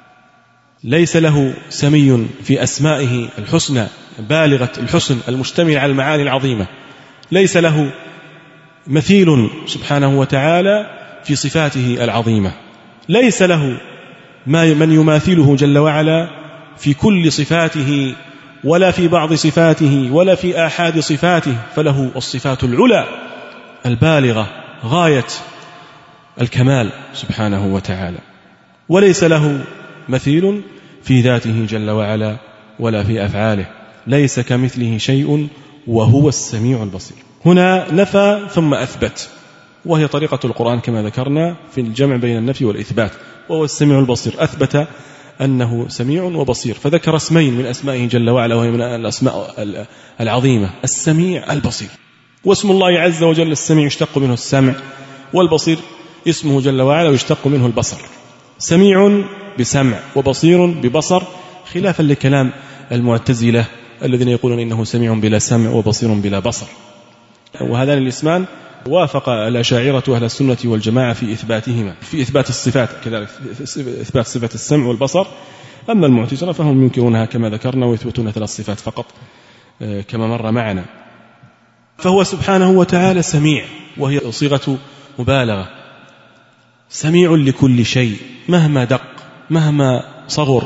ليس له سمي في أسمائه الحسنى بالغة الحسن المشتمل على المعاني العظيمة. ليس له مثيل سبحانه وتعالى في صفاته العظيمة. ليس له ما من يماثله جل وعلا في كل صفاته ولا في بعض صفاته ولا في آحاد صفاته، فله الصفات العلى البالغة غاية الكمال سبحانه وتعالى. وليس له مثيل في ذاته جل وعلا ولا في أفعاله. ليس كمثله شيء وهو السميع البصير. هنا نفى ثم أثبت، وهي طريقة القرآن كما ذكرنا في الجمع بين النفي والإثبات. وهو السميع البصير، أثبت أنه سميع وبصير، فذكر اسمين من أسمائه جل وعلا، وهي من الأسماء العظيمة: السميع البصير. واسم الله عز وجل السميع يشتق منه السمع، والبصير اسمه جل وعلا ويشتق منه البصر. سميع بسمع وبصير ببصر، خلافا لكلام المعتزلة الذين يقولون إنه سميع بلا سمع وبصير بلا بصر. وهذان الاسمان وافق الأشاعرة أهل السنة والجماعة في إثباتهما، في إثبات الصفات كذلك، في إثبات صفة السمع والبصر. أما المعتزلة فهم ينكرونها كما ذكرنا ويثبتون ثلاث صفات فقط كما مر معنا. فهو سبحانه وتعالى سميع، وهي صيغة مبالغة، سميع لكل شيء مهما دق، مهما صغر،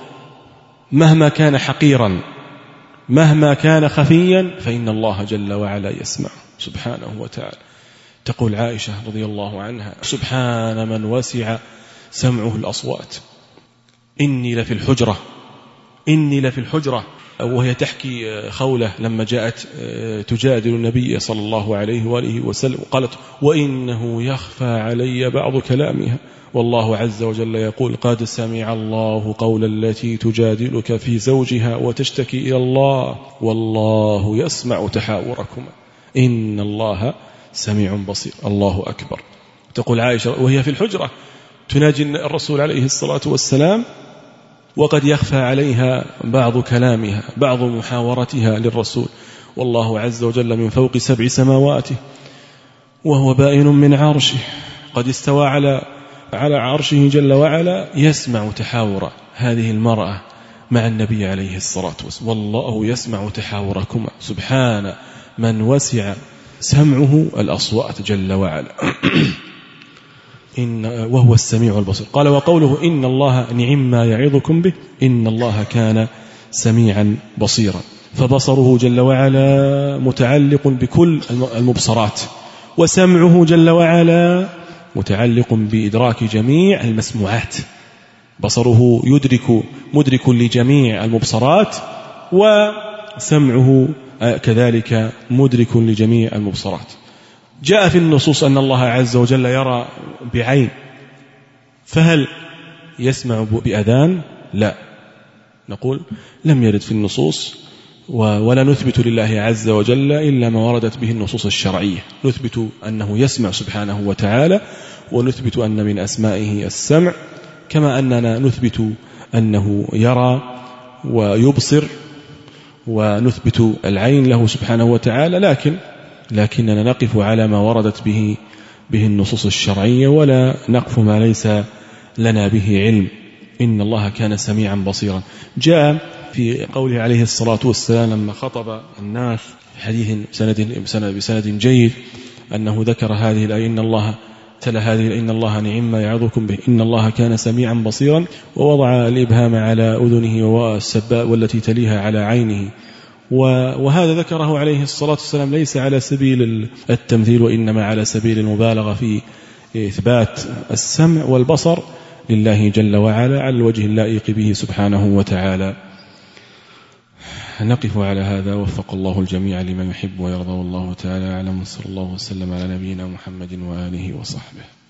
مهما كان حقيرا، مهما كان خفيا، فإن الله جل وعلا يسمع سبحانه وتعالى. تقول عائشة رضي الله عنها: سبحان من وسع سمعه الأصوات، إني لفي الحجرة، إني لفي الحجرة. وهي تحكي خولة لما جاءت تجادل النبي صلى الله عليه وآله وسلم، قالت: وإنه يخفى علي بعض كلامها، والله عز وجل يقول: قد سمع الله قول التي تجادلك في زوجها وتشتكي إلى الله والله يسمع تحاوركما إن الله سميع بصير. الله أكبر. تقول عائشة وهي في الحجرة تناجي الرسول عليه الصلاة والسلام، وقد يخفى عليها بعض كلامها، بعض محاورتها للرسول، والله عز وجل من فوق سبع سماواته وهو بائن من عرشه، قد استوى على على عرشه جل وعلا، يسمع تحاور هذه المرأة مع النبي عليه الصلاة والسلام، والله يسمع تحاوركما. سبحان من وسع سمعه الأصوات جل وعلا إن وهو السميع البصير. قال: وقوله إن الله نعم ما يعظكم به، إن الله كان سميعا بصيرا. فبصره جل وعلا متعلق بكل المبصرات، وسمعه جل وعلا متعلق بإدراك جميع المسموعات. بصره يدرك مدرك لجميع المبصرات، وسمعه كذلك مدرك لجميع المبصرات. جاء في النصوص أن الله عز وجل يرى بعين، فهل يسمع بأذان؟ لا، نقول لم يرد في النصوص، ولا نثبت لله عز وجل إلا ما وردت به النصوص الشرعية. نثبت أنه يسمع سبحانه وتعالى، ونثبت أن من أسمائه السمع، كما أننا نثبت أنه يرى ويبصر، ونثبت العين له سبحانه وتعالى، لكن لكننا نقف على ما وردت به به النصوص الشرعية، ولا نقف ما ليس لنا به علم. إن الله كان سميعا بصيرا. جاء في قوله عليه الصلاة والسلام لما خطب الناس في حديث بسند, بسند جيد أنه ذكر هذه الآية: إن الله تلا هذه إن الله نعم ما يعظكم به إن الله كان سميعا بصيرا، ووضع الإبهام على أذنه والسباء والتي تليها على عينه. وهذا ذكره عليه الصلاة والسلام ليس على سبيل التمثيل، وإنما على سبيل المبالغة في إثبات السمع والبصر لله جل وعلا على الوجه اللائق به سبحانه وتعالى. نقف على هذا، وفق الله الجميع لما يحب ويرضى، والله تعالى أعلم، صلى الله وسلم على نبينا محمد وآله وصحبه.